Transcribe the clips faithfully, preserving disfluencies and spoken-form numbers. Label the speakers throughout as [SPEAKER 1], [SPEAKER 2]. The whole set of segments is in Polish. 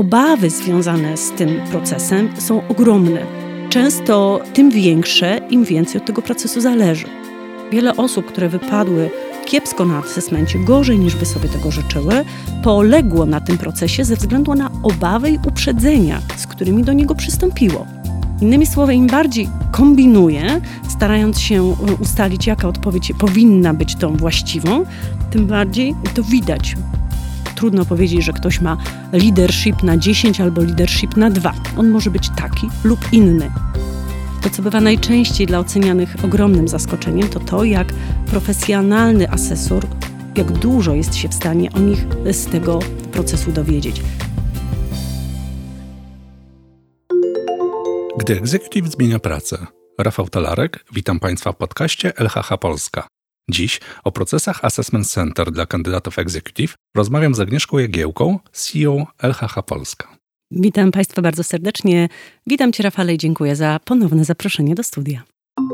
[SPEAKER 1] obawy związane z tym procesem są ogromne. Często tym większe, im więcej od tego procesu zależy. Wiele osób, które wypadły kiepsko na asesmencie, gorzej niż by sobie tego życzyły, poległo na tym procesie ze względu na obawy i uprzedzenia, z którymi do niego przystąpiło. Innymi słowy, im bardziej kombinuje, starając się ustalić, jaka odpowiedź powinna być tą właściwą, tym bardziej to widać. Trudno powiedzieć, że ktoś ma leadership na dziesięć albo leadership na dwa. On może być taki lub inny. To, co bywa najczęściej dla ocenianych ogromnym zaskoczeniem, to to, jak profesjonalny asesor, jak dużo jest się w stanie o nich z tego procesu dowiedzieć.
[SPEAKER 2] Gdy executive zmienia pracę. Rafał Talarek, witam Państwa w podcaście L H H Polska. Dziś o procesach Assessment Center dla kandydatów executive rozmawiam z Agnieszką Jagiełką, C E O L H H Polska.
[SPEAKER 1] Witam Państwa bardzo serdecznie. Witam Cię, Rafale, i dziękuję za ponowne zaproszenie do studia.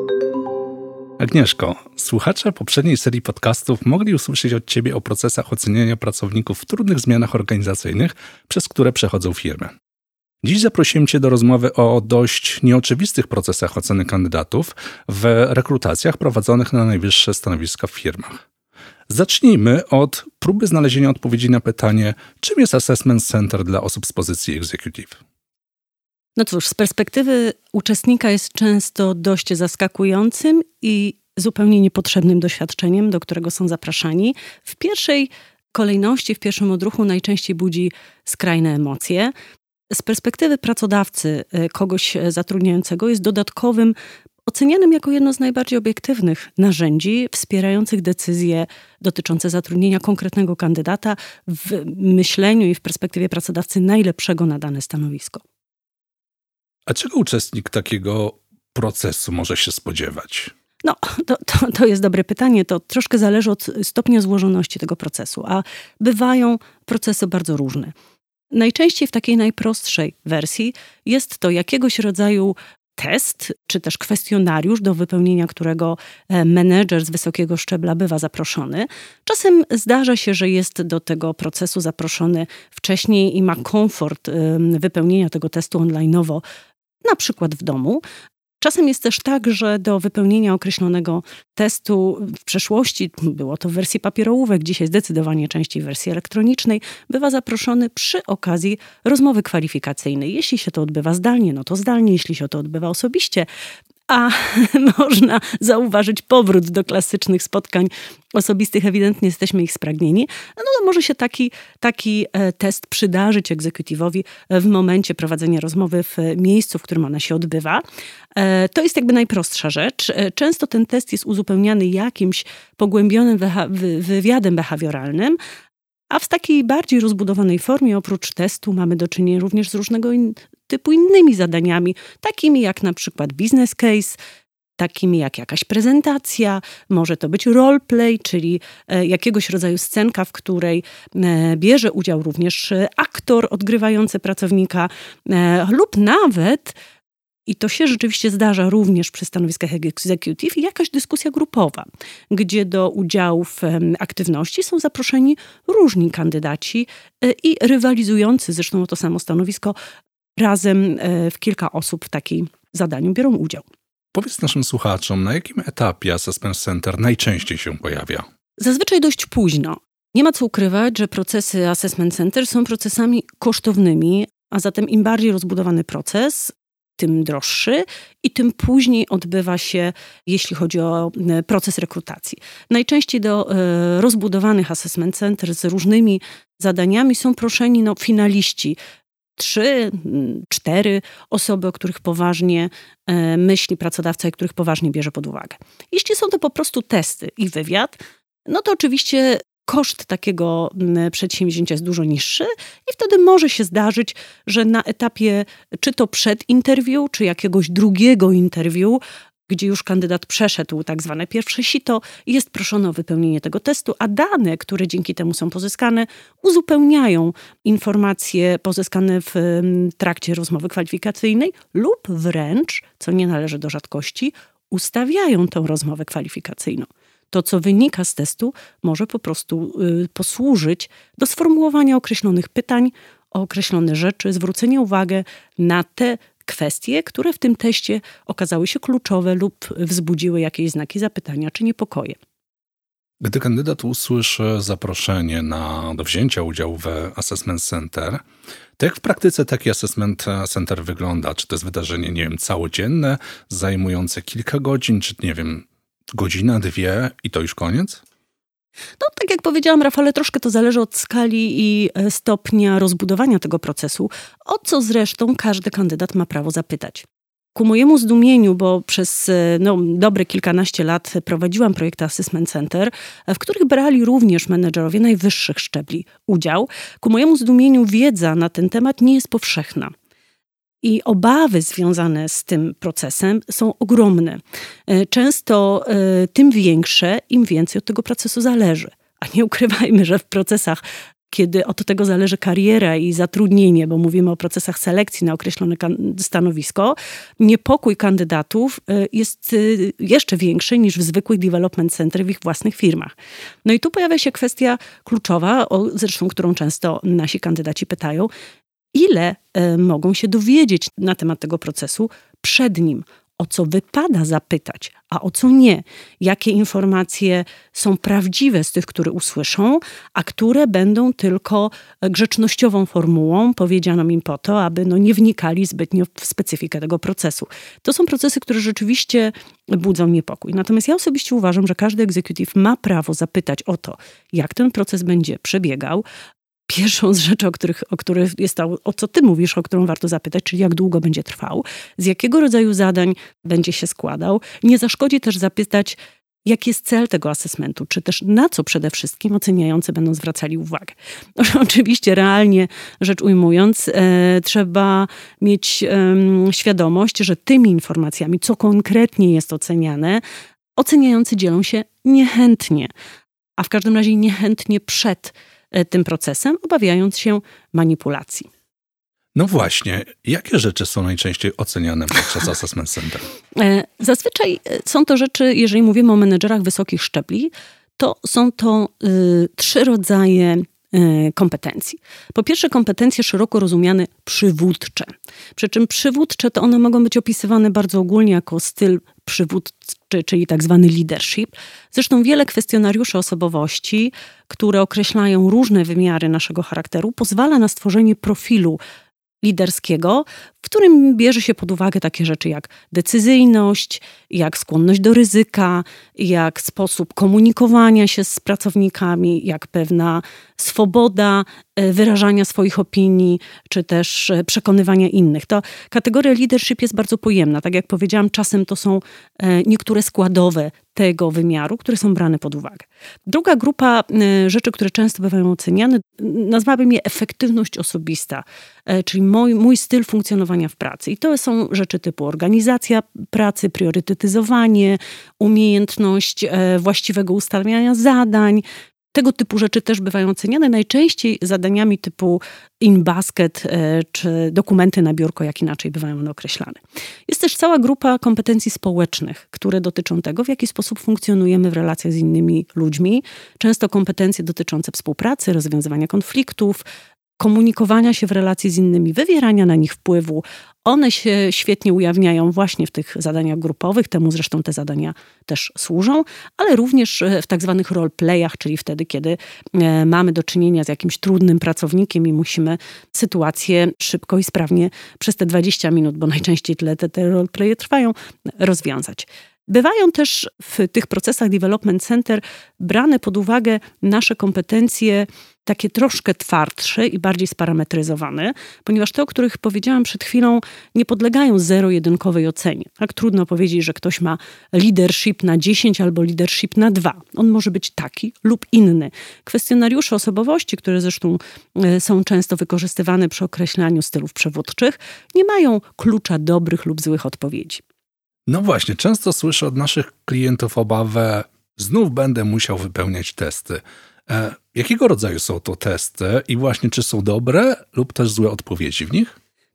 [SPEAKER 2] Agnieszko, słuchacze poprzedniej serii podcastów mogli usłyszeć od Ciebie o procesach oceniania pracowników w trudnych zmianach organizacyjnych, przez które przechodzą firmy. Dziś zaprosiłem Cię do rozmowy o dość nieoczywistych procesach oceny kandydatów w rekrutacjach prowadzonych na najwyższe stanowiska w firmach. Zacznijmy od próby znalezienia odpowiedzi na pytanie, czym jest Assessment Center dla osób z pozycji executive.
[SPEAKER 1] No cóż, z perspektywy uczestnika jest często dość zaskakującym i zupełnie niepotrzebnym doświadczeniem, do którego są zapraszani. W pierwszej kolejności, w pierwszym odruchu najczęściej budzi skrajne emocje. Z perspektywy pracodawcy, kogoś zatrudniającego, jest dodatkowym, ocenianym jako jedno z najbardziej obiektywnych narzędzi wspierających decyzje dotyczące zatrudnienia konkretnego kandydata w myśleniu i w perspektywie pracodawcy najlepszego na dane stanowisko.
[SPEAKER 2] A czego uczestnik takiego procesu może się spodziewać?
[SPEAKER 1] No, to, to, to jest dobre pytanie. To troszkę zależy od stopnia złożoności tego procesu, a bywają procesy bardzo różne. Najczęściej w takiej najprostszej wersji jest to jakiegoś rodzaju test, czy też kwestionariusz, do wypełnienia którego menedżer z wysokiego szczebla bywa zaproszony. Czasem zdarza się, że jest do tego procesu zaproszony wcześniej i ma komfort wypełnienia tego testu online'owo, na przykład w domu. Czasem jest też tak, że do wypełnienia określonego testu w przeszłości, było to w wersji papierołówek, dzisiaj zdecydowanie częściej w wersji elektronicznej, bywa zaproszony przy okazji rozmowy kwalifikacyjnej. Jeśli się to odbywa zdalnie, no to zdalnie, jeśli się to odbywa osobiście, a można zauważyć powrót do klasycznych spotkań osobistych, ewidentnie jesteśmy ich spragnieni, no to może się taki, taki test przydarzyć egzekutivowi w momencie prowadzenia rozmowy w miejscu, w którym ona się odbywa. To jest jakby najprostsza rzecz. Często ten test jest uzupełniany jakimś pogłębionym wywiadem behawioralnym, a w takiej bardziej rozbudowanej formie oprócz testu mamy do czynienia również z różnego in- typu innymi zadaniami, takimi jak na przykład business case, takimi jak jakaś prezentacja, może to być roleplay, czyli jakiegoś rodzaju scenka, w której bierze udział również aktor odgrywający pracownika lub nawet, i to się rzeczywiście zdarza również przy stanowiskach executive, jakaś dyskusja grupowa, gdzie do udziału w aktywności są zaproszeni różni kandydaci i rywalizujący zresztą o to samo stanowisko razem w kilka osób w takim zadaniu biorą udział.
[SPEAKER 2] Powiedz naszym słuchaczom, na jakim etapie Assessment Center najczęściej się pojawia?
[SPEAKER 1] Zazwyczaj dość późno. Nie ma co ukrywać, że procesy Assessment Center są procesami kosztownymi, a zatem im bardziej rozbudowany proces, tym droższy i tym później odbywa się, jeśli chodzi o proces rekrutacji. Najczęściej do e, rozbudowanych assessment center z różnymi zadaniami są proszeni no, finaliści. Trzy, cztery osoby, o których poważnie e, myśli pracodawca i których poważnie bierze pod uwagę. Jeśli są to po prostu testy i wywiad, no to oczywiście koszt takiego przedsięwzięcia jest dużo niższy i wtedy może się zdarzyć, że na etapie czy to przed interwiu, czy jakiegoś drugiego interwiu, gdzie już kandydat przeszedł tak zwane pierwsze sito, jest proszony o wypełnienie tego testu, a dane, które dzięki temu są pozyskane, uzupełniają informacje pozyskane w trakcie rozmowy kwalifikacyjnej lub wręcz, co nie należy do rzadkości, ustawiają tę rozmowę kwalifikacyjną. To, co wynika z testu, może po prostu y, posłużyć do sformułowania określonych pytań o określone rzeczy, zwrócenie uwagi na te kwestie, które w tym teście okazały się kluczowe lub wzbudziły jakieś znaki zapytania czy niepokoje.
[SPEAKER 2] Gdy kandydat usłyszy zaproszenie na, do wzięcia udziału w Assessment Center, to jak w praktyce taki Assessment Center wygląda? Czy to jest wydarzenie, nie wiem, całodzienne, zajmujące kilka godzin, czy nie wiem, godzina, dwie i to już koniec?
[SPEAKER 1] No, tak jak powiedziałam, Rafale, troszkę to zależy od skali i stopnia rozbudowania tego procesu, o co zresztą każdy kandydat ma prawo zapytać. Ku mojemu zdumieniu, bo przez no, dobre kilkanaście lat prowadziłam projekty Assessment Center, w których brali również menedżerowie najwyższych szczebli udział, ku mojemu zdumieniu wiedza na ten temat nie jest powszechna. I obawy związane z tym procesem są ogromne. Często y, tym większe, im więcej od tego procesu zależy. A nie ukrywajmy, że w procesach, kiedy od tego zależy kariera i zatrudnienie, bo mówimy o procesach selekcji na określone kan- stanowisko, niepokój kandydatów y, jest y, jeszcze większy niż w zwykłych development center w ich własnych firmach. No i tu pojawia się kwestia kluczowa, o, zresztą którą często nasi kandydaci pytają, ile y, mogą się dowiedzieć na temat tego procesu przed nim, o co wypada zapytać, a o co nie. Jakie informacje są prawdziwe z tych, które usłyszą, a które będą tylko grzecznościową formułą powiedzianą im po to, aby no, nie wnikali zbytnio w specyfikę tego procesu. To są procesy, które rzeczywiście budzą niepokój. Natomiast ja osobiście uważam, że każdy executive ma prawo zapytać o to, jak ten proces będzie przebiegał. Pierwszą z rzeczy, o których, o których jest to, o co ty mówisz, o którą warto zapytać, czyli jak długo będzie trwał, z jakiego rodzaju zadań będzie się składał. Nie zaszkodzi też zapytać, jaki jest cel tego asesmentu, czy też na co przede wszystkim oceniający będą zwracali uwagę. No, oczywiście realnie rzecz ujmując, e, trzeba mieć e, świadomość, że tymi informacjami, co konkretnie jest oceniane, oceniający dzielą się niechętnie, a w każdym razie niechętnie przed tym procesem, obawiając się manipulacji.
[SPEAKER 2] No właśnie, jakie rzeczy są najczęściej oceniane podczas Assessment Center?
[SPEAKER 1] Zazwyczaj są to rzeczy, jeżeli mówimy o menedżerach wysokich szczebli, to są to y, trzy rodzaje y, kompetencji. Po pierwsze, kompetencje szeroko rozumiane przywódcze. Przy czym przywódcze to one mogą być opisywane bardzo ogólnie jako styl przywódczy, czyli tak zwany leadership. Zresztą wiele kwestionariuszy osobowości, które określają różne wymiary naszego charakteru, pozwala na stworzenie profilu liderskiego, w którym bierze się pod uwagę takie rzeczy jak decyzyjność, jak skłonność do ryzyka, jak sposób komunikowania się z pracownikami, jak pewna swoboda wyrażania swoich opinii, czy też przekonywania innych. To kategoria leadership jest bardzo pojemna. Tak jak powiedziałam, czasem to są niektóre składowe tego wymiaru, które są brane pod uwagę. Druga grupa rzeczy, które często bywają oceniane, nazwałabym je efektywność osobista, czyli mój, mój styl funkcjonowania w pracy. I to są rzeczy typu organizacja pracy, priorytetyzowanie, umiejętność właściwego ustawiania zadań. Tego typu rzeczy też bywają oceniane. Najczęściej zadaniami typu in basket czy dokumenty na biurko, jak inaczej bywają one określane. Jest też cała grupa kompetencji społecznych, które dotyczą tego, w jaki sposób funkcjonujemy w relacjach z innymi ludźmi. Często kompetencje dotyczące współpracy, rozwiązywania konfliktów, komunikowania się w relacji z innymi, wywierania na nich wpływu. One się świetnie ujawniają właśnie w tych zadaniach grupowych, temu zresztą te zadania też służą, ale również w tak zwanych roleplayach, czyli wtedy, kiedy mamy do czynienia z jakimś trudnym pracownikiem i musimy sytuację szybko i sprawnie przez te dwadzieścia minut, bo najczęściej tyle te, te roleplaye trwają, rozwiązać. Bywają też w tych procesach Development Center brane pod uwagę nasze kompetencje takie troszkę twardsze i bardziej sparametryzowane, ponieważ te, o których powiedziałam przed chwilą, nie podlegają zero-jedynkowej ocenie. Tak trudno powiedzieć, że ktoś ma leadership na dziesięć albo leadership na dwa. On może być taki lub inny. Kwestionariusze osobowości, które zresztą są często wykorzystywane przy określaniu stylów przywódczych, nie mają klucza dobrych lub złych odpowiedzi.
[SPEAKER 2] No właśnie, często słyszę od naszych klientów obawę, znów będę musiał wypełniać testy. E, jakiego rodzaju są to testy i właśnie czy są dobre lub też złe odpowiedzi w nich?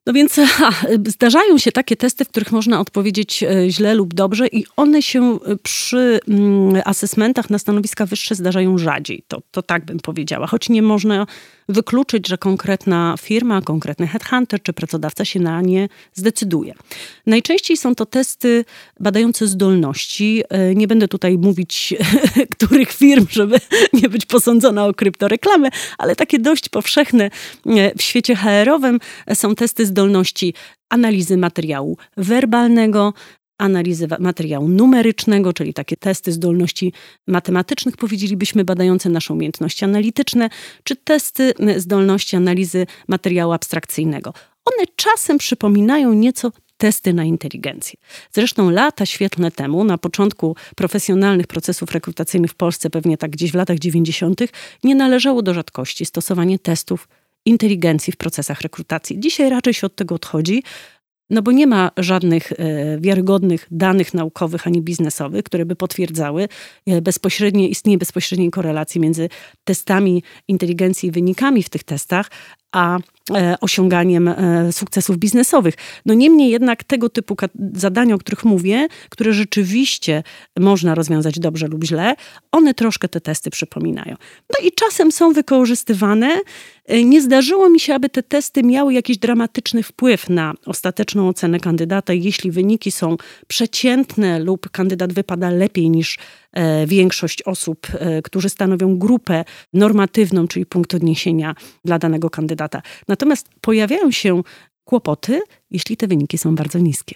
[SPEAKER 1] No więc ha, zdarzają się takie testy, w których można odpowiedzieć źle lub dobrze i one się przy mm, asesmentach na stanowiska wyższe zdarzają rzadziej. To, to tak bym powiedziała. Choć nie można wykluczyć, że konkretna firma, konkretny headhunter czy pracodawca się na nie zdecyduje. Najczęściej są to testy badające zdolności. Nie będę tutaj mówić, których firm, żeby nie być posądzona o kryptoreklamę, ale takie dość powszechne w świecie H R-owym są testy zdolności analizy materiału werbalnego, analizy materiału numerycznego, czyli takie testy zdolności matematycznych, powiedzielibyśmy, badające nasze umiejętności analityczne, czy testy zdolności analizy materiału abstrakcyjnego. One czasem przypominają nieco testy na inteligencję. Zresztą lata świetlne temu, na początku profesjonalnych procesów rekrutacyjnych w Polsce, pewnie tak gdzieś w latach dziewięćdziesiątych, nie należało do rzadkości stosowanie testów inteligencji w procesach rekrutacji. Dzisiaj raczej się od tego odchodzi, no bo nie ma żadnych e, wiarygodnych danych naukowych ani biznesowych, które by potwierdzały e, bezpośrednie, istnienie bezpośredniej korelacji między testami inteligencji i wynikami w tych testach, a e, osiąganiem e, sukcesów biznesowych. No niemniej jednak tego typu zadania, o których mówię, które rzeczywiście można rozwiązać dobrze lub źle, one troszkę te testy przypominają. No i czasem są wykorzystywane. E, nie zdarzyło mi się, aby te testy miały jakiś dramatyczny wpływ na ostateczną ocenę kandydata. Jeśli wyniki są przeciętne lub kandydat wypada lepiej niż e, większość osób, e, którzy stanowią grupę normatywną, czyli punkt odniesienia dla danego kandydata. Natomiast pojawiają się kłopoty, jeśli te wyniki są bardzo niskie.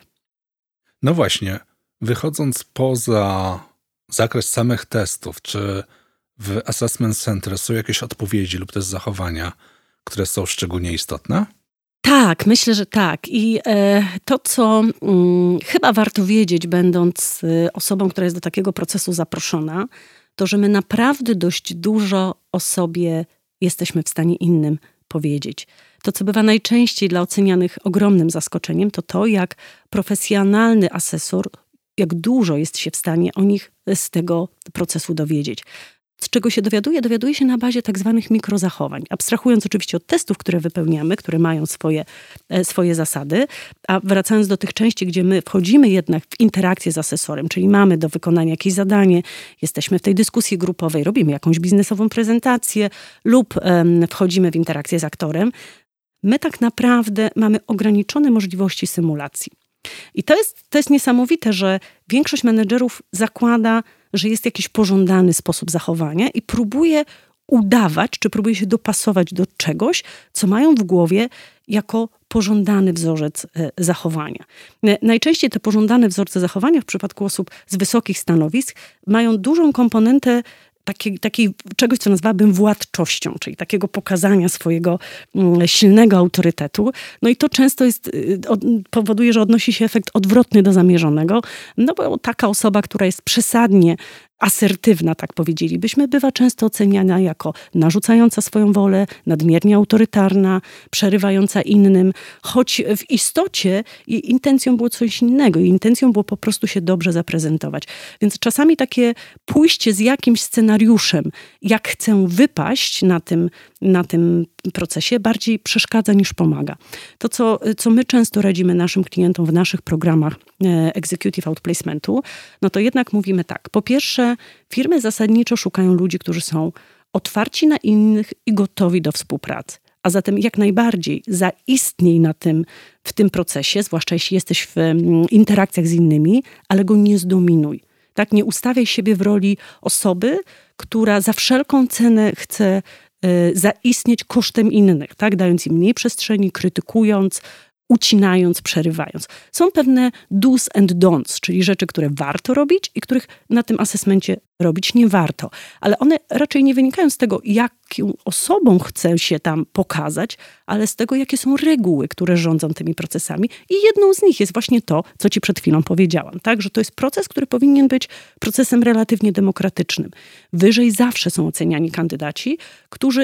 [SPEAKER 2] No właśnie, wychodząc poza zakres samych testów, czy w Assessment Center są jakieś odpowiedzi lub też zachowania, które są szczególnie istotne?
[SPEAKER 1] Tak, myślę, że tak. I e, to, co mm, chyba warto wiedzieć, będąc y, osobą, która jest do takiego procesu zaproszona, to, że my naprawdę dość dużo o sobie jesteśmy w stanie innym powiedzieć. To, co bywa najczęściej dla ocenianych ogromnym zaskoczeniem, to to, jak profesjonalny asesor, jak dużo jest się w stanie o nich z tego procesu dowiedzieć. Z czego się dowiaduje? Dowiaduje się na bazie tak zwanych mikrozachowań. Abstrahując oczywiście od testów, które wypełniamy, które mają swoje, swoje zasady, a wracając do tych części, gdzie my wchodzimy jednak w interakcję z asesorem, czyli mamy do wykonania jakieś zadanie, jesteśmy w tej dyskusji grupowej, robimy jakąś biznesową prezentację lub um, wchodzimy w interakcję z aktorem, my tak naprawdę mamy ograniczone możliwości symulacji. I to jest, to jest niesamowite, że większość menedżerów zakłada, że jest jakiś pożądany sposób zachowania i próbuje udawać, czy próbuje się dopasować do czegoś, co mają w głowie jako pożądany wzorzec zachowania. Najczęściej te pożądane wzorce zachowania w przypadku osób z wysokich stanowisk mają dużą komponentę takiej, takiej czegoś, co nazwałabym władczością, czyli takiego pokazania swojego silnego autorytetu. No i to często jest, powoduje, że odnosi się efekt odwrotny do zamierzonego, no bo taka osoba, która jest przesadnie asertywna, tak powiedzielibyśmy, bywa często oceniana jako narzucająca swoją wolę, nadmiernie autorytarna, przerywająca innym, choć w istocie jej intencją było coś innego. Jej intencją było po prostu się dobrze zaprezentować. Więc czasami takie pójście z jakimś scenariuszem, jak chcę wypaść na tym, na tym procesie, bardziej przeszkadza niż pomaga. To, co, co my często radzimy naszym klientom w naszych programach Executive Outplacementu, no to jednak mówimy tak. Po pierwsze, firmy zasadniczo szukają ludzi, którzy są otwarci na innych i gotowi do współpracy. A zatem jak najbardziej zaistnij na tym, w tym procesie, zwłaszcza jeśli jesteś w interakcjach z innymi, ale go nie zdominuj. Tak? Nie ustawiaj siebie w roli osoby, która za wszelką cenę chce zaistnieć kosztem innych, tak? Dając im mniej przestrzeni, krytykując, ucinając, przerywając. Są pewne do's and don'ts, czyli rzeczy, które warto robić i których na tym asesmencie robić nie warto. Ale one raczej nie wynikają z tego, jaką osobą chce się tam pokazać, ale z tego, jakie są reguły, które rządzą tymi procesami. I jedną z nich jest właśnie to, co ci przed chwilą powiedziałam. Tak? Że to jest proces, który powinien być procesem relatywnie demokratycznym. Wyżej zawsze są oceniani kandydaci, którzy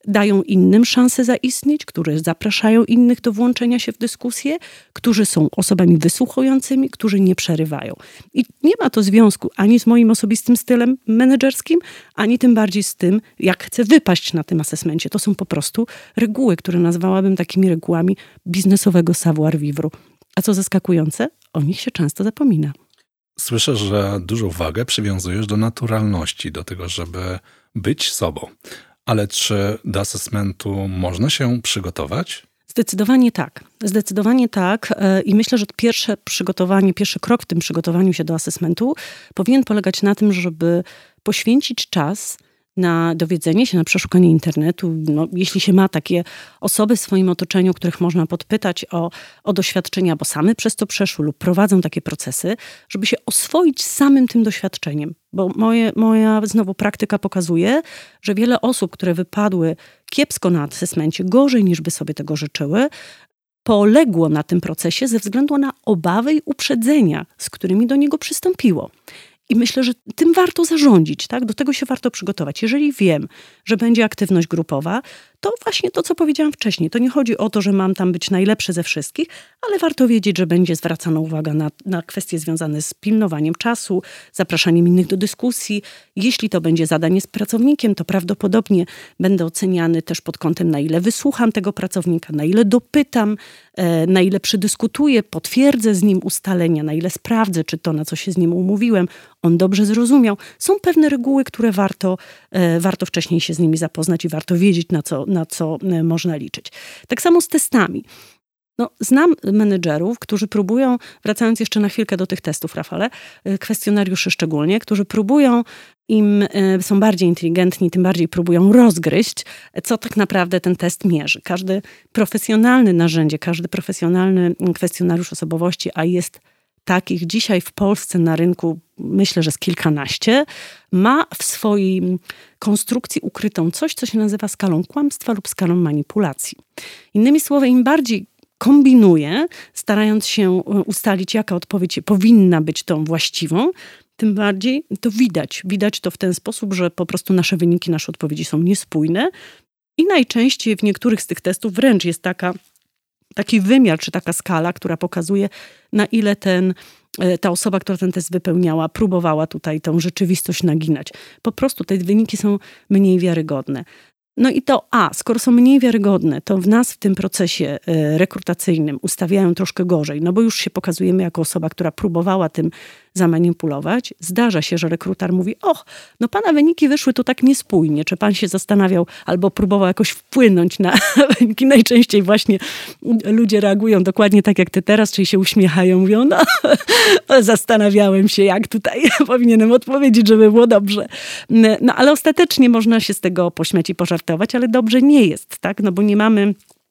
[SPEAKER 1] dają innym szansę zaistnieć, którzy zapraszają innych do włączenia się w dyskusję, którzy są osobami wysłuchującymi, którzy nie przerywają. I nie ma to związku ani z moim osobistym stylem menedżerskim, ani tym bardziej z tym, jak chcę wypaść na tym asesmencie. To są po prostu reguły, które nazwałabym takimi regułami biznesowego savoir-vivre. A co zaskakujące, o nich się często zapomina.
[SPEAKER 2] Słyszę, że dużą wagę przywiązujesz do naturalności, do tego, żeby być sobą. Ale czy do assessmentu można się przygotować?
[SPEAKER 1] Zdecydowanie tak. Zdecydowanie tak. I myślę, że pierwsze przygotowanie, pierwszy krok w tym przygotowaniu się do assessmentu powinien polegać na tym, żeby poświęcić czas na dowiedzenie się, na przeszukanie internetu. No, jeśli się ma takie osoby w swoim otoczeniu, których można podpytać o, o doświadczenia, bo same przez to przeszły lub prowadzą takie procesy, żeby się oswoić z samym tym doświadczeniem. Bo moje, moja znowu praktyka pokazuje, że wiele osób, które wypadły kiepsko na asesmencie, gorzej niż by sobie tego życzyły, poległo na tym procesie ze względu na obawy i uprzedzenia, z którymi do niego przystąpiło. I myślę, że tym warto zarządzić, tak? Do tego się warto przygotować. Jeżeli wiem, że będzie aktywność grupowa, to właśnie to, co powiedziałam wcześniej. To nie chodzi o to, że mam tam być najlepszy ze wszystkich, ale warto wiedzieć, że będzie zwracana uwaga na, na kwestie związane z pilnowaniem czasu, zapraszaniem innych do dyskusji. Jeśli to będzie zadanie z pracownikiem, to prawdopodobnie będę oceniany też pod kątem, na ile wysłucham tego pracownika, na ile dopytam, e, na ile przedyskutuję, potwierdzę z nim ustalenia, na ile sprawdzę, czy to, na co się z nim umówiłem, on dobrze zrozumiał. Są pewne reguły, które warto, e, warto wcześniej się z nimi zapoznać i warto wiedzieć, na co, na co e, można liczyć. Tak samo z testami. No, znam menedżerów, którzy próbują, wracając jeszcze na chwilkę do tych testów, Rafale, e, kwestionariuszy szczególnie, którzy próbują, im e, są bardziej inteligentni, tym bardziej próbują rozgryźć, co tak naprawdę ten test mierzy. Każdy profesjonalne narzędzie, każdy profesjonalny kwestionariusz osobowości, a jest takich dzisiaj w Polsce na rynku, myślę, że z kilkanaście, ma w swojej konstrukcji ukrytą coś, co się nazywa skalą kłamstwa lub skalą manipulacji. Innymi słowy, im bardziej kombinuję, starając się ustalić, jaka odpowiedź powinna być tą właściwą, tym bardziej to widać. Widać to w ten sposób, że po prostu nasze wyniki, nasze odpowiedzi są niespójne i najczęściej w niektórych z tych testów wręcz jest taka taki wymiar, czy taka skala, która pokazuje, na ile ten, ta osoba, która ten test wypełniała, próbowała tutaj tą rzeczywistość naginać. Po prostu te wyniki są mniej wiarygodne. No i to, a, skoro są mniej wiarygodne, to w nas w tym procesie rekrutacyjnym ustawiają troszkę gorzej, no bo już się pokazujemy jako osoba, która próbowała tym zamanipulować. Zdarza się, że rekrutar mówi, och, no pana wyniki wyszły tu tak niespójnie, czy pan się zastanawiał albo próbował jakoś wpłynąć na wyniki. Najczęściej właśnie ludzie reagują dokładnie tak jak ty teraz, czyli się uśmiechają, mówią, no zastanawiałem się, jak tutaj powinienem odpowiedzieć, żeby było dobrze. No ale ostatecznie można się z tego pośmiać i pożartować, ale dobrze nie jest, tak? No bo nie mamy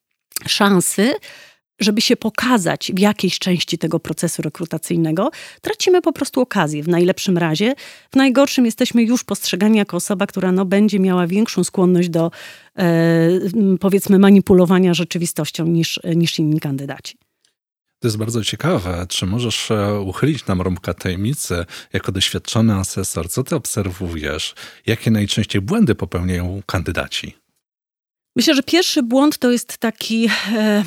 [SPEAKER 1] szansy, żeby się pokazać w jakiejś części tego procesu rekrutacyjnego. Tracimy po prostu okazję w najlepszym razie. W najgorszym jesteśmy już postrzegani jako osoba, która no, będzie miała większą skłonność do e, powiedzmy manipulowania rzeczywistością niż, niż inni kandydaci.
[SPEAKER 2] To jest bardzo ciekawe. Czy możesz uchylić nam rąbka tajemnicy jako doświadczony asesor? Co ty obserwujesz? Jakie najczęściej błędy popełniają kandydaci?
[SPEAKER 1] Myślę, że pierwszy błąd to jest taki, e,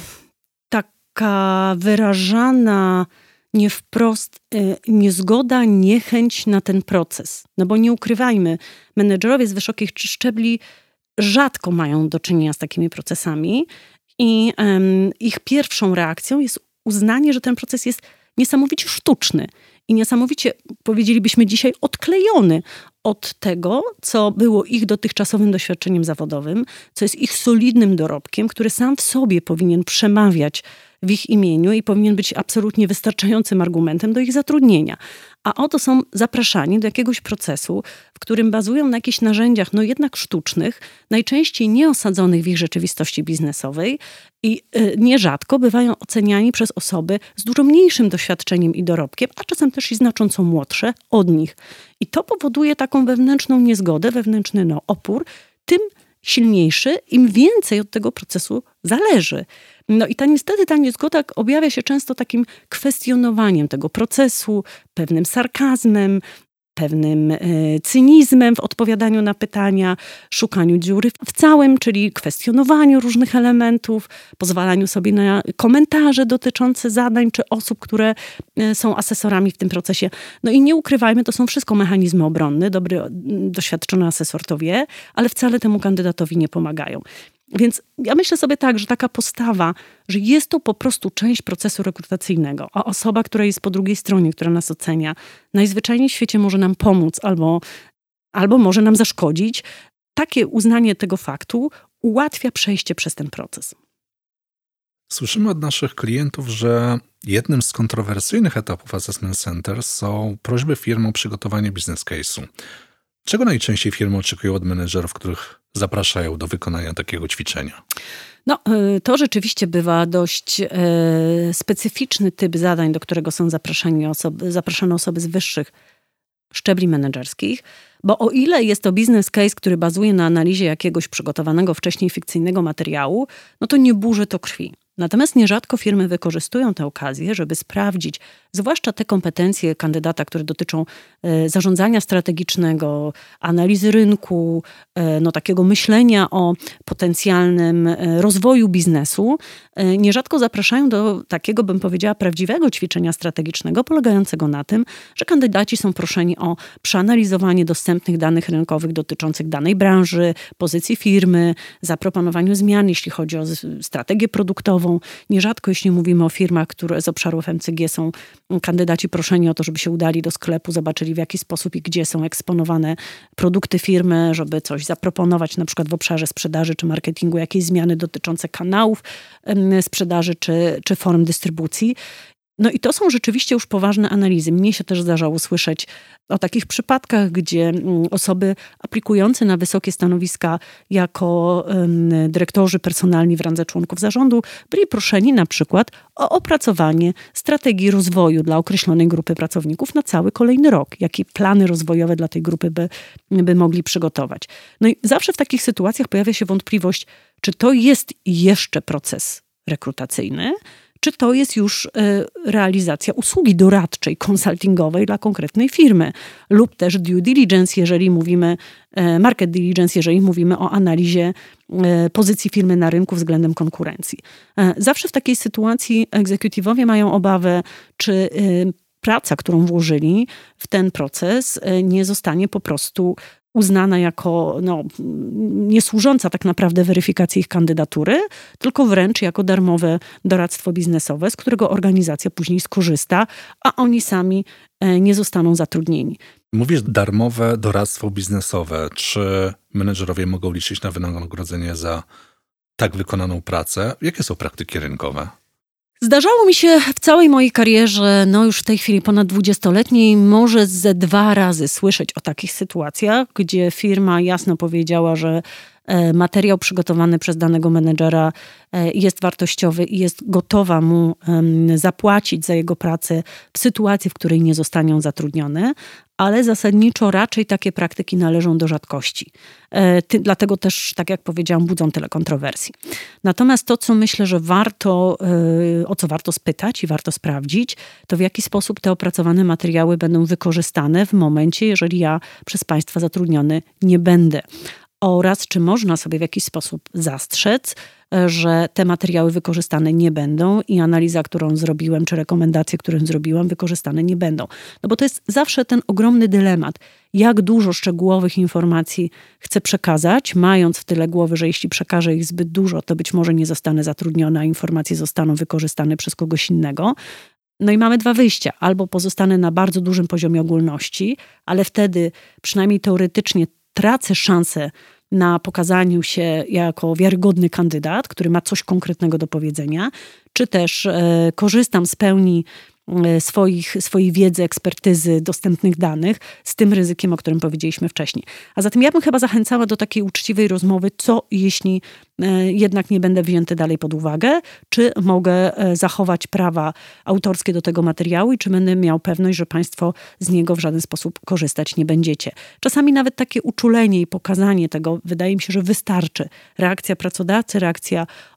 [SPEAKER 1] taka wyrażana nie wprost e, niezgoda, niechęć na ten proces. No bo nie ukrywajmy, menedżerowie z wysokich szczebli rzadko mają do czynienia z takimi procesami i e, ich pierwszą reakcją jest uznanie, że ten proces jest niesamowicie sztuczny i niesamowicie, powiedzielibyśmy dzisiaj, odklejony od tego, co było ich dotychczasowym doświadczeniem zawodowym, co jest ich solidnym dorobkiem, który sam w sobie powinien przemawiać w ich imieniu i powinien być absolutnie wystarczającym argumentem do ich zatrudnienia. A oto są zapraszani do jakiegoś procesu, w którym bazują na jakichś narzędziach, no jednak sztucznych, najczęściej nieosadzonych w ich rzeczywistości biznesowej i y, nierzadko bywają oceniani przez osoby z dużo mniejszym doświadczeniem i dorobkiem, a czasem też i znacząco młodsze od nich. I to powoduje taką wewnętrzną niezgodę, wewnętrzny no, opór, tym silniejszy, im więcej od tego procesu zależy. No i ta niestety ta niezgoda objawia się często takim kwestionowaniem tego procesu, pewnym sarkazmem, pewnym cynizmem w odpowiadaniu na pytania, szukaniu dziury w całym, czyli kwestionowaniu różnych elementów, pozwalaniu sobie na komentarze dotyczące zadań czy osób, które są asesorami w tym procesie. No i nie ukrywajmy, to są wszystko mechanizmy obronne, dobry, doświadczony asesor to wie, ale wcale temu kandydatowi nie pomagają. Więc ja myślę sobie tak, że taka postawa, że jest to po prostu część procesu rekrutacyjnego, a osoba, która jest po drugiej stronie, która nas ocenia, najzwyczajniej w świecie może nam pomóc albo, albo może nam zaszkodzić, takie uznanie tego faktu ułatwia przejście przez ten proces.
[SPEAKER 2] Słyszymy od naszych klientów, że jednym z kontrowersyjnych etapów Assessment Center są prośby firm o przygotowanie business case'u. Czego najczęściej firmy oczekują od menedżerów, których zapraszają do wykonania takiego ćwiczenia?
[SPEAKER 1] No, to rzeczywiście bywa dość e, specyficzny typ zadań, do którego są zapraszani osoby, zapraszane osoby z wyższych szczebli menedżerskich, bo o ile jest to business case, który bazuje na analizie jakiegoś przygotowanego wcześniej fikcyjnego materiału, no to nie burzy to krwi. Natomiast nierzadko firmy wykorzystują tę okazję, żeby sprawdzić, zwłaszcza te kompetencje kandydata, które dotyczą e, zarządzania strategicznego, analizy rynku, e, no, takiego myślenia o potencjalnym e, rozwoju biznesu. E, nierzadko zapraszają do takiego, bym powiedziała, prawdziwego ćwiczenia strategicznego, polegającego na tym, że kandydaci są proszeni o przeanalizowanie dostępnych danych rynkowych dotyczących danej branży, pozycji firmy, zaproponowaniu zmian, jeśli chodzi o strategię produktową. Nierzadko, jeśli mówimy o firmach, które z obszarów M C G są kandydaci proszeni o to, żeby się udali do sklepu, zobaczyli w jaki sposób i gdzie są eksponowane produkty firmy, żeby coś zaproponować na przykład w obszarze sprzedaży czy marketingu, jakieś zmiany dotyczące kanałów sprzedaży czy, czy form dystrybucji. No i to są rzeczywiście już poważne analizy. Mnie się też zdarzało słyszeć o takich przypadkach, gdzie osoby aplikujące na wysokie stanowiska jako dyrektorzy personalni w randze członków zarządu byli proszeni na przykład o opracowanie strategii rozwoju dla określonej grupy pracowników na cały kolejny rok. Jakie plany rozwojowe dla tej grupy by, by mogli przygotować. No i zawsze w takich sytuacjach pojawia się wątpliwość, czy to jest jeszcze proces rekrutacyjny, czy to jest już realizacja usługi doradczej, konsultingowej dla konkretnej firmy lub też due diligence, jeżeli mówimy, market diligence, jeżeli mówimy o analizie pozycji firmy na rynku względem konkurencji. Zawsze w takiej sytuacji egzekutywowie mają obawę, czy praca, którą włożyli w ten proces, nie zostanie po prostu uznana jako no, niesłużąca tak naprawdę weryfikacji ich kandydatury, tylko wręcz jako darmowe doradztwo biznesowe, z którego organizacja później skorzysta, a oni sami nie zostaną zatrudnieni.
[SPEAKER 2] Mówisz darmowe doradztwo biznesowe. Czy menedżerowie mogą liczyć na wynagrodzenie za tak wykonaną pracę? Jakie są praktyki rynkowe?
[SPEAKER 1] Zdarzało mi się w całej mojej karierze, no już w tej chwili ponad dwudziestoletniej, może ze dwa razy słyszeć o takich sytuacjach, gdzie firma jasno powiedziała, że materiał przygotowany przez danego menedżera jest wartościowy i jest gotowa mu zapłacić za jego pracę w sytuacji, w której nie zostanie on zatrudniony, ale zasadniczo raczej takie praktyki należą do rzadkości. Ty, dlatego też, tak jak powiedziałam, budzą tyle kontrowersji. Natomiast to, co myślę, że warto, o co warto spytać i warto sprawdzić, to w jaki sposób te opracowane materiały będą wykorzystane w momencie, jeżeli ja przez państwa zatrudniony nie będę. Oraz czy można sobie w jakiś sposób zastrzec, że te materiały wykorzystane nie będą i analiza, którą zrobiłem, czy rekomendacje, które zrobiłam, wykorzystane nie będą. No bo to jest zawsze ten ogromny dylemat. Jak dużo szczegółowych informacji chcę przekazać, mając w tyle głowy, że jeśli przekażę ich zbyt dużo, to być może nie zostanę zatrudniona, a informacje zostaną wykorzystane przez kogoś innego. No i mamy dwa wyjścia. Albo pozostanę na bardzo dużym poziomie ogólności, ale wtedy przynajmniej teoretycznie tracę szansę na pokazaniu się jako wiarygodny kandydat, który ma coś konkretnego do powiedzenia, czy też e, korzystam z pełni e, swoich, swojej wiedzy, ekspertyzy, dostępnych danych z tym ryzykiem, o którym powiedzieliśmy wcześniej. A zatem ja bym chyba zachęcała do takiej uczciwej rozmowy, co jeśli e, jednak nie będę wzięty dalej pod uwagę, czy mogę e, zachować prawa autorskie do tego materiału i czy będę miał pewność, że państwo z niego w żaden sposób korzystać nie będziecie. Czasami nawet takie uczulenie i pokazanie tego, wydaje mi się, że wystarczy. Reakcja pracodawcy, reakcja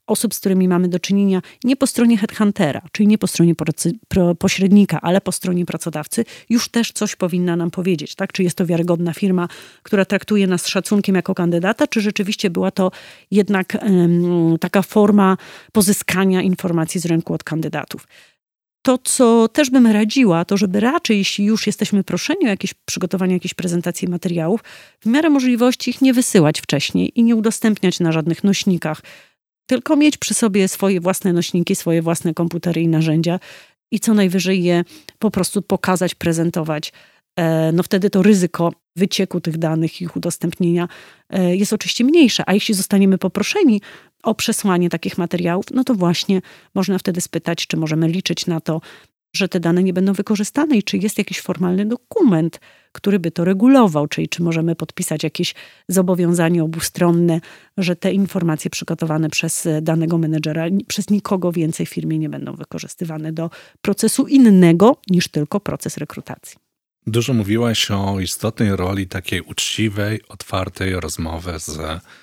[SPEAKER 1] osób, z którymi mamy do czynienia nie po stronie headhuntera, czyli nie po stronie procy, pro, pośrednika, ale po stronie pracodawcy, już też coś powinna nam powiedzieć. Tak? Czy jest to wiarygodna firma, która traktuje nas z szacunkiem jako kandydata, czy rzeczywiście była to jednak um, taka forma pozyskania informacji z rynku od kandydatów. To, co też bym radziła, to żeby raczej, jeśli już jesteśmy proszeni o jakieś przygotowanie jakiejś prezentacji materiałów, w miarę możliwości ich nie wysyłać wcześniej i nie udostępniać na żadnych nośnikach, tylko mieć przy sobie swoje własne nośniki, swoje własne komputery i narzędzia i co najwyżej je po prostu pokazać, prezentować. No wtedy to ryzyko wycieku tych danych, ich udostępnienia jest oczywiście mniejsze. A jeśli zostaniemy poproszeni o przesłanie takich materiałów, no to właśnie można wtedy spytać, czy możemy liczyć na to, że te dane nie będą wykorzystane i czy jest jakiś formalny dokument, który by to regulował, czyli czy możemy podpisać jakieś zobowiązanie obustronne, że te informacje przygotowane przez danego menedżera przez nikogo więcej w firmie nie będą wykorzystywane do procesu innego niż tylko proces rekrutacji.
[SPEAKER 2] Dużo mówiłaś o istotnej roli takiej uczciwej, otwartej rozmowy z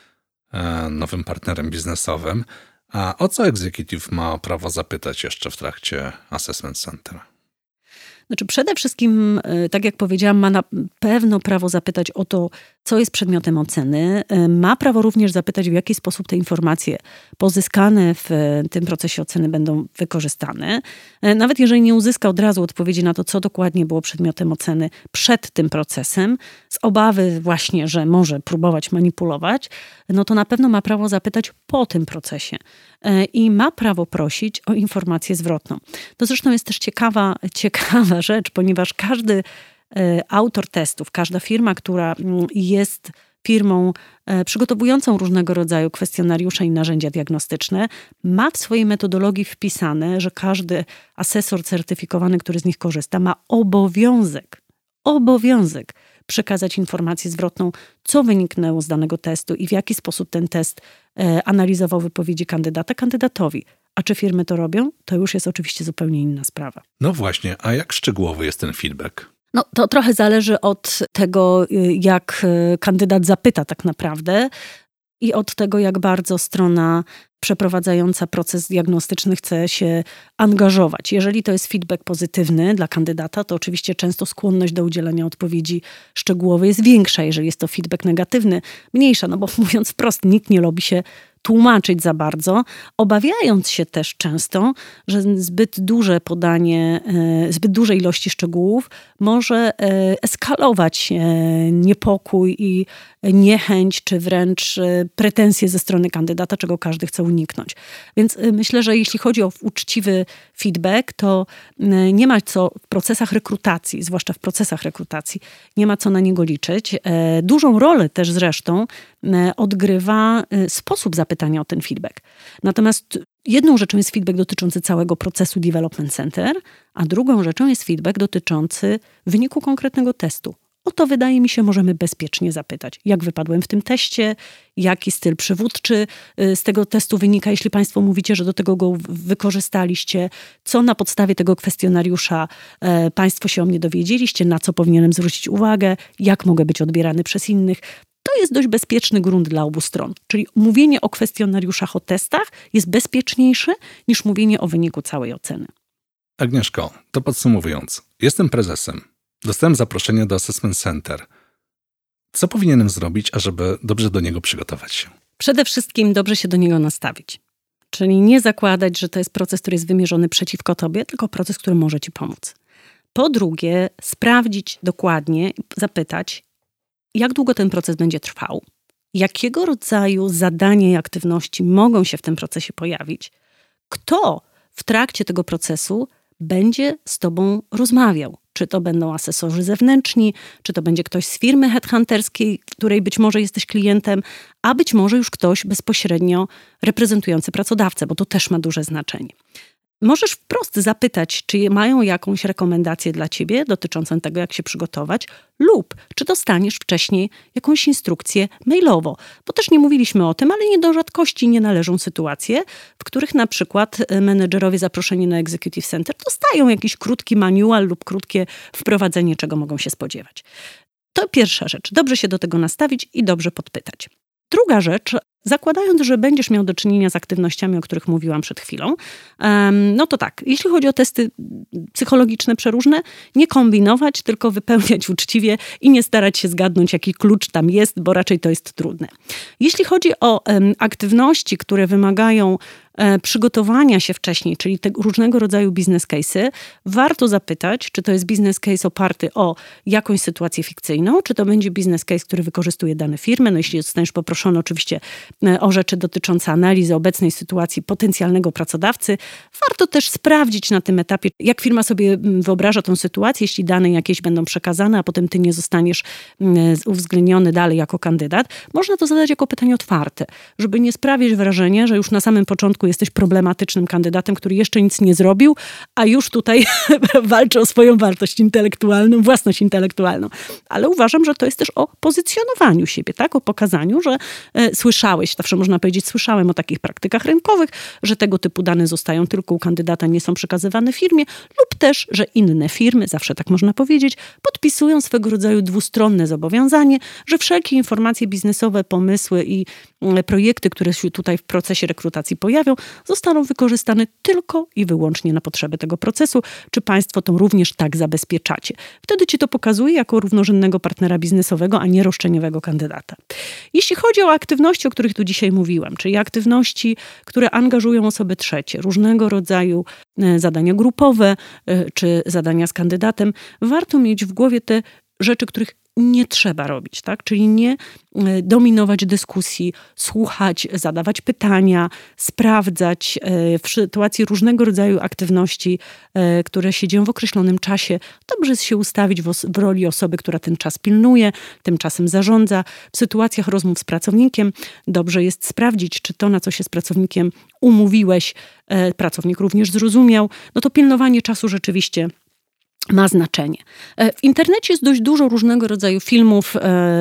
[SPEAKER 2] e, nowym partnerem biznesowym. A o co executive ma prawo zapytać jeszcze w trakcie assessment center?
[SPEAKER 1] Znaczy przede wszystkim, tak jak powiedziałam, ma na pewno prawo zapytać o to, co jest przedmiotem oceny. Ma prawo również zapytać, w jaki sposób te informacje pozyskane w tym procesie oceny będą wykorzystane. Nawet jeżeli nie uzyska od razu odpowiedzi na to, co dokładnie było przedmiotem oceny przed tym procesem, z obawy właśnie, że może próbować manipulować, no to na pewno ma prawo zapytać po tym procesie. I ma prawo prosić o informację zwrotną. To zresztą jest też ciekawa, ciekawa rzecz, ponieważ każdy autor testów, każda firma, która jest firmą przygotowującą różnego rodzaju kwestionariusze i narzędzia diagnostyczne, ma w swojej metodologii wpisane, że każdy asesor certyfikowany, który z nich korzysta, ma obowiązek, obowiązek przekazać informację zwrotną, co wyniknęło z danego testu i w jaki sposób ten test analizował wypowiedzi kandydata kandydatowi. A czy firmy to robią? To już jest oczywiście zupełnie inna sprawa.
[SPEAKER 2] No właśnie, a jak szczegółowy jest ten feedback?
[SPEAKER 1] No to trochę zależy od tego, jak kandydat zapyta tak naprawdę i od tego, jak bardzo strona przeprowadzająca proces diagnostyczny chce się angażować. Jeżeli to jest feedback pozytywny dla kandydata, to oczywiście często skłonność do udzielania odpowiedzi szczegółowej jest większa. Jeżeli jest to feedback negatywny, mniejsza, no bo mówiąc wprost, nikt nie lubi się tłumaczyć za bardzo, obawiając się też często, że zbyt duże podanie, zbyt duże ilości szczegółów może eskalować niepokój i niechęć, czy wręcz pretensje ze strony kandydata, czego każdy chce uniknąć. Więc myślę, że jeśli chodzi o uczciwy feedback, to nie ma co w procesach rekrutacji, zwłaszcza w procesach rekrutacji, nie ma co na niego liczyć. Dużą rolę też zresztą odgrywa sposób zapytania o ten feedback. Natomiast jedną rzeczą jest feedback dotyczący całego procesu Development Center, a drugą rzeczą jest feedback dotyczący wyniku konkretnego testu. O to, wydaje mi się, możemy bezpiecznie zapytać. Jak wypadłem w tym teście? Jaki styl przywódczy z tego testu wynika, jeśli Państwo mówicie, że do tego go wykorzystaliście? Co na podstawie tego kwestionariusza e, Państwo się o mnie dowiedzieliście? Na co powinienem zwrócić uwagę? Jak mogę być odbierany przez innych? To jest dość bezpieczny grunt dla obu stron. Czyli mówienie o kwestionariuszach, o testach jest bezpieczniejsze niż mówienie o wyniku całej oceny.
[SPEAKER 2] Agnieszko, to podsumowując. Jestem prezesem. Dostałem zaproszenie do Assessment Center. Co powinienem zrobić, ażeby dobrze do niego przygotować się?
[SPEAKER 1] Przede wszystkim dobrze się do niego nastawić. Czyli nie zakładać, że to jest proces, który jest wymierzony przeciwko tobie, tylko proces, który może ci pomóc. Po drugie, sprawdzić dokładnie, zapytać, jak długo ten proces będzie trwał, jakiego rodzaju zadania i aktywności mogą się w tym procesie pojawić, kto w trakcie tego procesu będzie z tobą rozmawiał. Czy to będą asesorzy zewnętrzni, czy to będzie ktoś z firmy headhunterskiej, której być może jesteś klientem, a być może już ktoś bezpośrednio reprezentujący pracodawcę, bo to też ma duże znaczenie. Możesz wprost zapytać, czy mają jakąś rekomendację dla ciebie dotyczącą tego, jak się przygotować, lub czy dostaniesz wcześniej jakąś instrukcję mailowo. Bo też nie mówiliśmy o tym, ale nie do rzadkości nie należą sytuacje, w których na przykład menedżerowie zaproszeni na Executive Center dostają jakiś krótki manual lub krótkie wprowadzenie, czego mogą się spodziewać. To pierwsza rzecz. Dobrze się do tego nastawić i dobrze podpytać. Druga rzecz, zakładając, że będziesz miał do czynienia z aktywnościami, o których mówiłam przed chwilą, no to tak, jeśli chodzi o testy psychologiczne przeróżne, nie kombinować, tylko wypełniać uczciwie i nie starać się zgadnąć, jaki klucz tam jest, bo raczej to jest trudne. Jeśli chodzi o aktywności, które wymagają przygotowania się wcześniej, czyli te różnego rodzaju business case'y, warto zapytać, czy to jest business case oparty o jakąś sytuację fikcyjną, czy to będzie business case, który wykorzystuje dane firmy. No jeśli zostaniesz poproszony oczywiście o rzeczy dotyczące analizy obecnej sytuacji potencjalnego pracodawcy, warto też sprawdzić na tym etapie, jak firma sobie wyobraża tą sytuację, jeśli dane jakieś będą przekazane, a potem ty nie zostaniesz uwzględniony dalej jako kandydat. Można to zadać jako pytanie otwarte, żeby nie sprawić wrażenia, że już na samym początku jesteś problematycznym kandydatem, który jeszcze nic nie zrobił, a już tutaj walczy o swoją wartość intelektualną, własność intelektualną. Ale uważam, że to jest też o pozycjonowaniu siebie, tak? O pokazaniu, że e, słyszałeś, zawsze można powiedzieć, słyszałem o takich praktykach rynkowych, że tego typu dane zostają tylko u kandydata, nie są przekazywane firmie, lub też, że inne firmy, zawsze tak można powiedzieć, podpisują swego rodzaju dwustronne zobowiązanie, że wszelkie informacje biznesowe, pomysły i e, projekty, które się tutaj w procesie rekrutacji pojawią, zostaną wykorzystane tylko i wyłącznie na potrzeby tego procesu. Czy państwo to również tak zabezpieczacie? Wtedy ci to pokazuje jako równorzędnego partnera biznesowego, a nie roszczeniowego kandydata. Jeśli chodzi o aktywności, o których tu dzisiaj mówiłam, czyli aktywności, które angażują osoby trzecie, różnego rodzaju zadania grupowe czy zadania z kandydatem, warto mieć w głowie te rzeczy, których nie trzeba robić, tak? Czyli nie dominować dyskusji, słuchać, zadawać pytania, sprawdzać w sytuacji różnego rodzaju aktywności, które się dzieją w określonym czasie. Dobrze jest się ustawić w, w roli osoby, która ten czas pilnuje, tym czasem zarządza. W sytuacjach rozmów z pracownikiem dobrze jest sprawdzić, czy to, na co się z pracownikiem umówiłeś, pracownik również zrozumiał. No to pilnowanie czasu rzeczywiście ma znaczenie. W internecie jest dość dużo różnego rodzaju filmów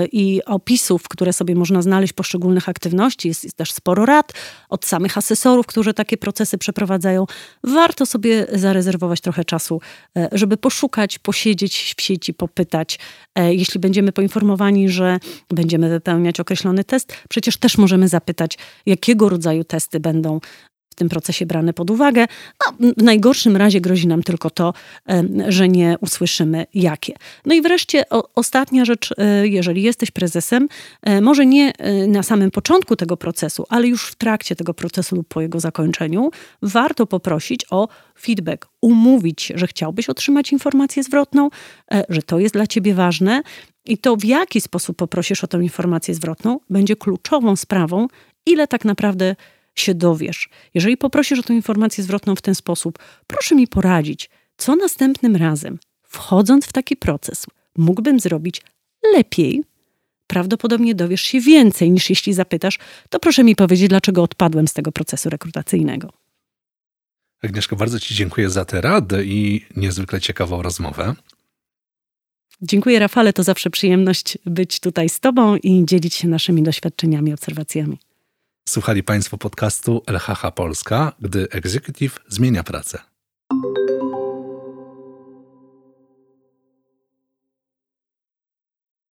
[SPEAKER 1] i opisów, które sobie można znaleźć poszczególnych aktywności. Jest, jest też sporo rad od samych asesorów, którzy takie procesy przeprowadzają. Warto sobie zarezerwować trochę czasu, żeby poszukać, posiedzieć w sieci, popytać. Jeśli będziemy poinformowani, że będziemy wypełniać określony test, przecież też możemy zapytać, jakiego rodzaju testy będą w tym procesie brane pod uwagę. No, w najgorszym razie grozi nam tylko to, że nie usłyszymy jakie. No i wreszcie o, ostatnia rzecz, jeżeli jesteś prezesem, może nie na samym początku tego procesu, ale już w trakcie tego procesu lub po jego zakończeniu, warto poprosić o feedback, umówić, że chciałbyś otrzymać informację zwrotną, że to jest dla ciebie ważne i to, w jaki sposób poprosisz o tę informację zwrotną, będzie kluczową sprawą, ile tak naprawdę się dowiesz. Jeżeli poprosisz o tę informację zwrotną w ten sposób, proszę mi poradzić, co następnym razem, wchodząc w taki proces, mógłbym zrobić lepiej. Prawdopodobnie dowiesz się więcej, niż jeśli zapytasz, to proszę mi powiedzieć, dlaczego odpadłem z tego procesu rekrutacyjnego.
[SPEAKER 2] Agnieszko, bardzo ci dziękuję za tę radę i niezwykle ciekawą rozmowę.
[SPEAKER 1] Dziękuję, Rafale, to zawsze przyjemność być tutaj z tobą i dzielić się naszymi doświadczeniami, obserwacjami.
[SPEAKER 2] Słuchali Państwo podcastu L H H Polska, gdy Executive zmienia pracę.